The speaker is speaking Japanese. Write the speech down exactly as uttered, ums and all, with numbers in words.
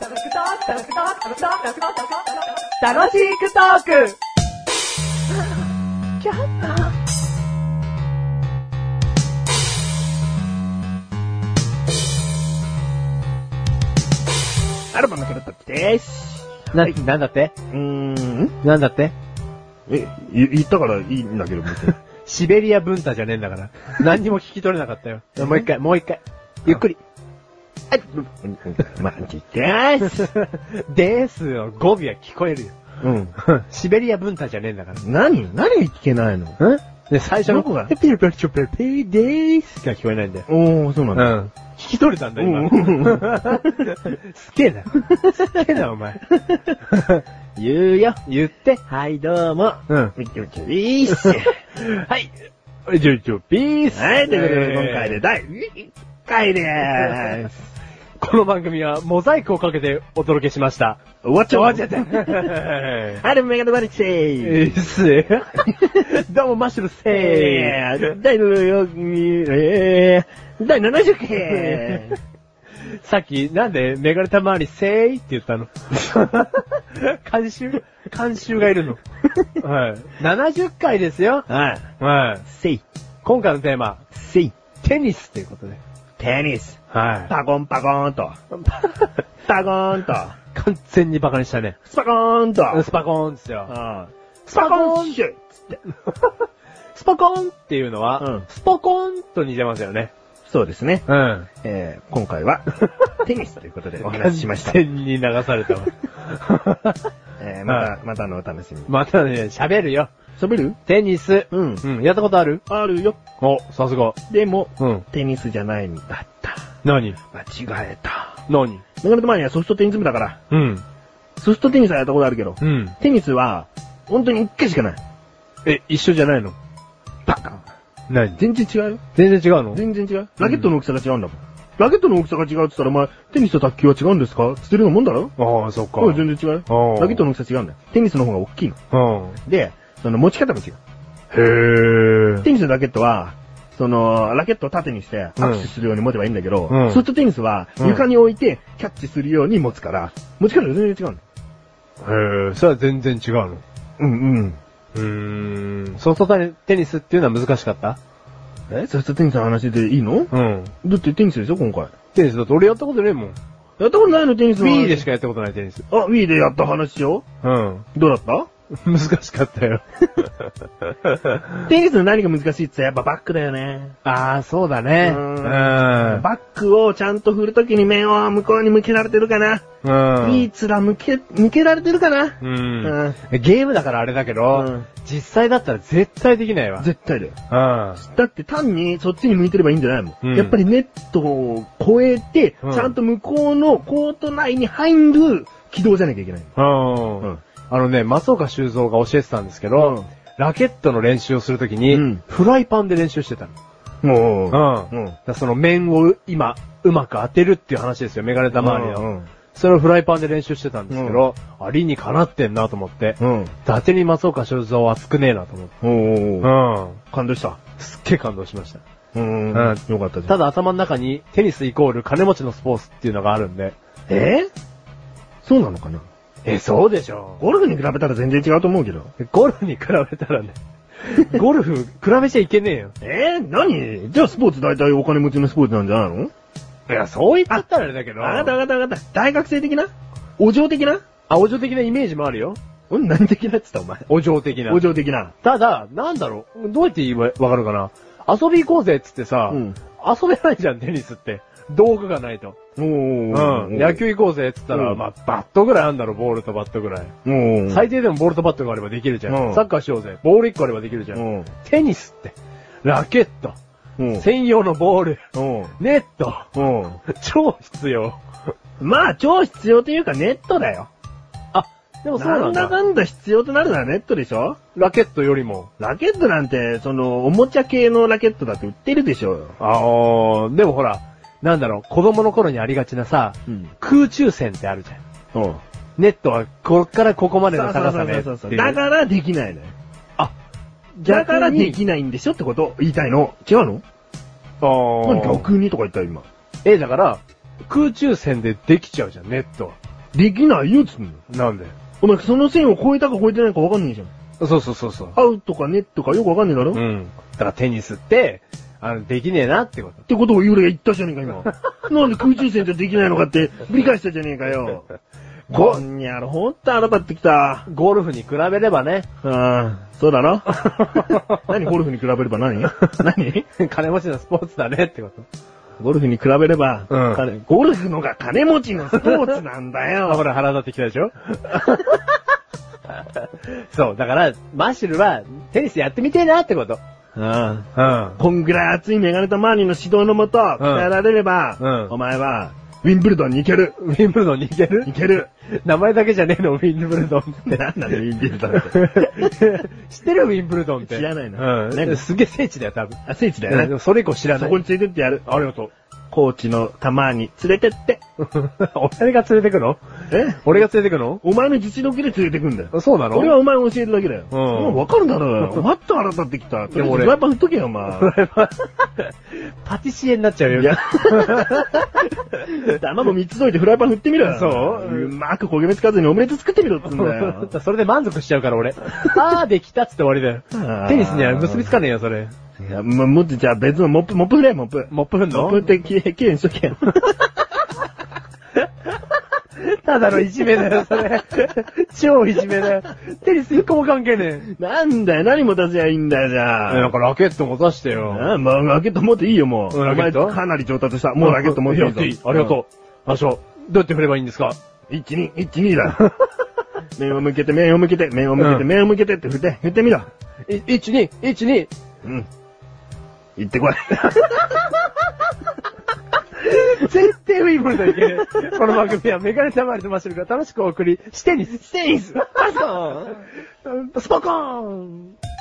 楽しくトークアルバムのキャラットです。 な、はい、なんだってうーんなんだってえ、言ったからいいんだけど、 シベリア文太じゃねえんだから。何にも聞き取れなかったよ。もう一回、もう一回。ゆっくり。 はい。マジでーす。 でーすよ。語尾は聞こえるよ。 うん。 シベリア文太じゃねえんだから。 何何が聞けないの？んで、最初のどこがペピルペルチョペルペーでーすが聞こえないんだよ。 おー、そうなんだ。 うん。聞き取れたんだ、今。すげえな。すげえな、お前。言うよ。言って。 はい、どうも。 うん。 みちょちょいーす。 はい。ちょちょピース。 はい、ということで、今回でだいいっかいでーす。 この番組はモザイクをかけてお届けしました。 終わっちゃう。 終わっちゃった。 あれ、メガネバリチェーす。どうも、マッシュルせー。 だいよん、えー、だいななじゅっかい。 さっき、なんでメガネたまわりせーいって言ったの？監修監修がいるの。はい。ななじゅっかいですよ。 はい。 はい。 せい。 今回のテーマ、 せい。 テニスっていうことで。 テニス。 はい。 パコンパコーンと。パコーンと。 完全にバカにしたね。 スパコーンと。 スパコーンですよ。 スパコーンシュッつって。 スパコーンっていうのは、 うん、 スポコーンと似てますよね。 そうですね。 うん。 えー、今回は、テニスということでお話ししました。 完全に流されたわ。 えー、また、またのお楽しみ。 またね、喋るよ。 喋る？ テニス。 うん。 うん。やったことある？ あるよ。 お、さすが。 でも、 うん。 テニスじゃないんだった。 何？ 間違えた。 何？ メガネと前にはソフトテニス部だから。 うん。 ソフトテニスはやったことあるけど。 うん。 テニスは、本当に一回しかない。 え、一緒じゃないの？ バカ。 何？ 全然違うよ。 全然違うの？ 全然違う。ラケットの大きさが違うんだもん。ラケットの大きさが違うって言ったら、お前、テニスと卓球は違うんですかつってるようなもんだろ？ ああ、そっか。 うん、全然違うよ。ラケットの大きさ違うんだよ。テニスの方が大きいの。 うん。で、その持ち方も違う。 へー。 テニスのラケットは、その、ラケットを縦にして握手するように持てばいいんだけど、 うん、 ソフトテニスは床に置いてキャッチするように持つから、持ち方が全然違うんだよ。 へー、それは全然違うの？ うんうん。 うーん。ソフトテニスっていうのは難しかった？ えソフトテニスの話でいいの？ うん。 だってテニスでしょ今回。 テニスだって俺やったことねえもん。 やったことないのテニスの話。 Wii でしかやったことないテニス。 あ、Wii でやった話しよう。うん。 どうだった難しかったよ。 テニスの何が難しいってやっぱバックだよね。 ああ、そうだね。 う。 うんん。 バックをちゃんと振るときに面を向こうに向けられてるかな。 うん。 いい面向け、向けられてるかな。 う。 うんゲームだからあれだけど、 うん実際だったら絶対できないわ。 絶対だよ。 うん。 だって単にそっちに向いてればいいんじゃないもん。 うんやっぱりネットを越えて、 うんちゃんと向こうのコート内に入る軌道じゃなきゃいけない。 うん。 うんあのね、松岡修造が教えてたんですけど、 うんラケットの練習をするときに、 うんフライパンで練習してたの。 もうん。 うんだからその面を今、うまく当てるっていう話ですよ、メガネた周りの。 うんそれをフライパンで練習してたんですけど、ありにかなってんなと思って、 うん。 伊達に松岡修造は熱くねえなと思って。 おーうん。 感動した。 すっげえ感動しました。 うん。 うんよかったじゃん。 ただ頭の中にテニスイコール金持ちのスポーツっていうのがあるんで。 えそうなのかなえ、そうでしょ。 ゴルフに比べたら全然違うと思うけど。 ゴルフに比べたらね、ゴルフ比べちゃいけねえよ。 えー、何じゃあスポーツ大体お金持ちのスポーツなんじゃないの？ いや、そう言っちゃったらあれだけど。 あ、わかったわかったわかった。大学生的なお嬢的なあ、お嬢的なイメージもあるよ。 うん何的なって言ったお前。 お嬢的な。 お嬢的な。 ただ、なんだろう、どうやって言えばわかるかな。遊び行こうぜっつってさ、 うん遊べないじゃん、テニスって。道具がないと。 おうん。 ー。 野球行こうぜっつったら、 うんまあ、バットぐらいあんだろ、ボールとバットぐらい。 おー。 最低でもボールとバットがあればできるじゃん。 うんサッカーしようぜ。ボールいっこあればできるじゃん。 うん。 テニスって、ラケット、 うん。 専用のボール、 うん。 ネット、 うん。 超必要。 まあ、超必要というかネットだよ。 あ、でもそうななんんだだ。 かんだ必要となるのはネットでしょ？ ラケットよりも。 ラケットなんて、その、おもちゃ系のラケットだって売ってるでしょうよ。 あー、でもほら、なんだろう、子供の頃にありがちなさ、 うん。 空中戦ってあるじゃん。 うん。 ネットはこっからここまでの高さねってそうそうそうそういう。 だからできないのよ。 あ、 だからできないんでしょってこと言いたいの。違うの？ あ何ー。 逆にとか言った今。 え、だから、空中戦でできちゃうじゃん、ネットは。 できないよ、つってんの。 なんで？ お前、その線を越えたか越えてないかわかんないじゃん。 そうそうそうそう。 アウトかネットかよくわかんねえだろ、 うん。だからテニスって、あの、できねえなってこと。 ってことをユーレが言ったじゃねえか、今。なんで空中戦じゃできないのかって理解したじゃねえかよ。こんにゃろ、ほんと腹立ってきた。 ゴルフに比べればね。 うん、そうだろ何ゴルフに比べれば何何金持ちのスポーツだねってこと。 ゴルフに比べれば、 うん金ゴルフのが金持ちのスポーツなんだよ。 あ、ほら腹立ってきたでしょそう、だから、マッシュルはテニスやってみてえなってこと。 うん。 うん。 こんぐらい熱いメガネとマーニーの指導のもと、鍛えられれば、 うん、 お前は、ウィンブルドンに行ける。 ウィンブルドンに行ける行ける。 名前だけじゃねえの、ウィンブルドンって。 なんなの、ウィンブルドンって。 知ってるウィンブルドンって。 知らないの。 うん。すげえ聖地だよ、多分。 あ、聖地だよね。 でもそれ以降知らない。 そこに連れてってやる。 ありがとう。 コーチのたまに連れてって。 俺が連れてくの？ え俺が連れてくの？ お前の実力で連れてくんだよ。 そうなの？ 俺はお前を教えるだけだよ。 うん。 もうわかるだろうよ。お前と腹立ってきた。でも俺。フライパン振っとけよ、お前。 パティシエになっちゃうよ。 いや。卵三つ溶いてフライパン振ってみろよ。 そううまく焦げ目つかずにオムレツ作ってみろってんだよ。 それで満足しちゃうから俺。あーできたっつって終わりだよ。テニスには結びつかねえよ、それ。 いや、も、もっとじゃあ別のモップ、モップ振れ、モップ。 モップ振んの？ モップってきれい、きれいにしとけよ。 ただのいじめだよ、それ。超いじめだよ。テニス一個も関係ねえ。なんだよ、何持たせやいいんだよ、じゃあ。 なんかラケット持たしてよ。 ああ、まあ、ラケット持っていいよ、もう。 ラケットお前かなり上達した。もうラケット持っていいぞ。 いい。ありがとう。場所。どうやって振ればいいんですか？ いち、に、いち、にだ。面を向けて、面を向けて、面を向けて、面を向けてって振って、振ってみろ。 いち、に、いち、に。 うん。行ってこい。 絶対ウィンブルドンいける。この番組はメガネたまりとマッシュルが楽しくお送り、してにす。 ステニス。スパコーンスパコーン